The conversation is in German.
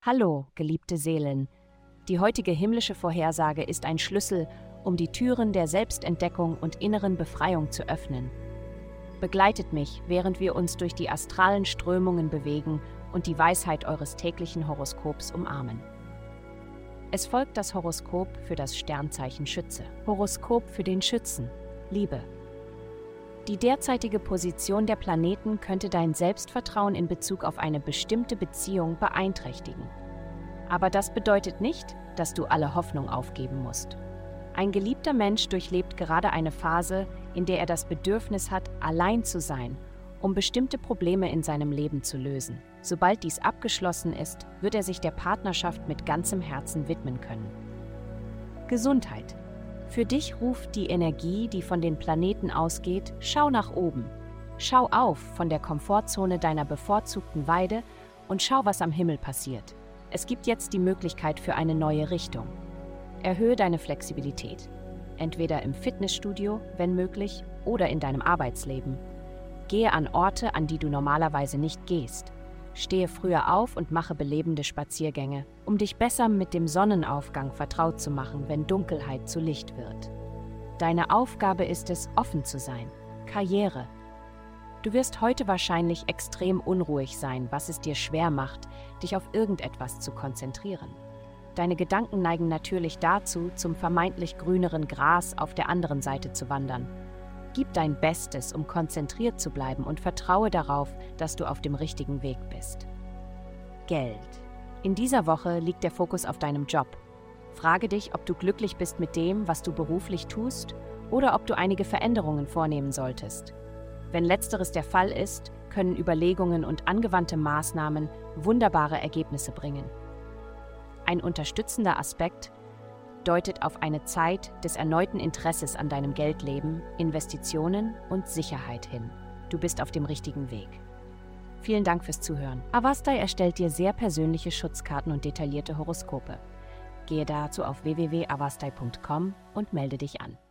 Hallo, geliebte Seelen. Die heutige himmlische Vorhersage ist ein Schlüssel, um die Türen der Selbstentdeckung und inneren Befreiung zu öffnen. Begleitet mich, während wir uns durch die astralen Strömungen bewegen und die Weisheit eures täglichen Horoskops umarmen. Es folgt das Horoskop für das Sternzeichen Schütze. Horoskop für den Schützen. Liebe. Die derzeitige Position der Planeten könnte dein Selbstvertrauen in Bezug auf eine bestimmte Beziehung beeinträchtigen. Aber das bedeutet nicht, dass du alle Hoffnung aufgeben musst. Ein geliebter Mensch durchlebt gerade eine Phase, in der er das Bedürfnis hat, allein zu sein, um bestimmte Probleme in seinem Leben zu lösen. Sobald dies abgeschlossen ist, wird er sich der Partnerschaft mit ganzem Herzen widmen können. Gesundheit. Für dich ruft die Energie, die von den Planeten ausgeht, schau nach oben. Schau auf von der Komfortzone deiner bevorzugten Weide und schau, was am Himmel passiert. Es gibt jetzt die Möglichkeit für eine neue Richtung. Erhöhe deine Flexibilität. Entweder im Fitnessstudio, wenn möglich, oder in deinem Arbeitsleben. Gehe an Orte, an die du normalerweise nicht gehst. Stehe früher auf und mache belebende Spaziergänge, um dich besser mit dem Sonnenaufgang vertraut zu machen, wenn Dunkelheit zu Licht wird. Deine Aufgabe ist es, offen zu sein. Karriere. Du wirst heute wahrscheinlich extrem unruhig sein, was es dir schwer macht, dich auf irgendetwas zu konzentrieren. Deine Gedanken neigen natürlich dazu, zum vermeintlich grüneren Gras auf der anderen Seite zu wandern. Gib dein Bestes, um konzentriert zu bleiben und vertraue darauf, dass du auf dem richtigen Weg bist. Geld. In dieser Woche liegt der Fokus auf deinem Job. Frage dich, ob du glücklich bist mit dem, was du beruflich tust, oder ob du einige Veränderungen vornehmen solltest. Wenn letzteres der Fall ist, können Überlegungen und angewandte Maßnahmen wunderbare Ergebnisse bringen. Ein unterstützender Aspekt deutet auf eine Zeit des erneuten Interesses an deinem Geldleben, Investitionen und Sicherheit hin. Du bist auf dem richtigen Weg. Vielen Dank fürs Zuhören. Avastai erstellt dir sehr persönliche Schutzkarten und detaillierte Horoskope. Gehe dazu auf www.avastai.com und melde dich an.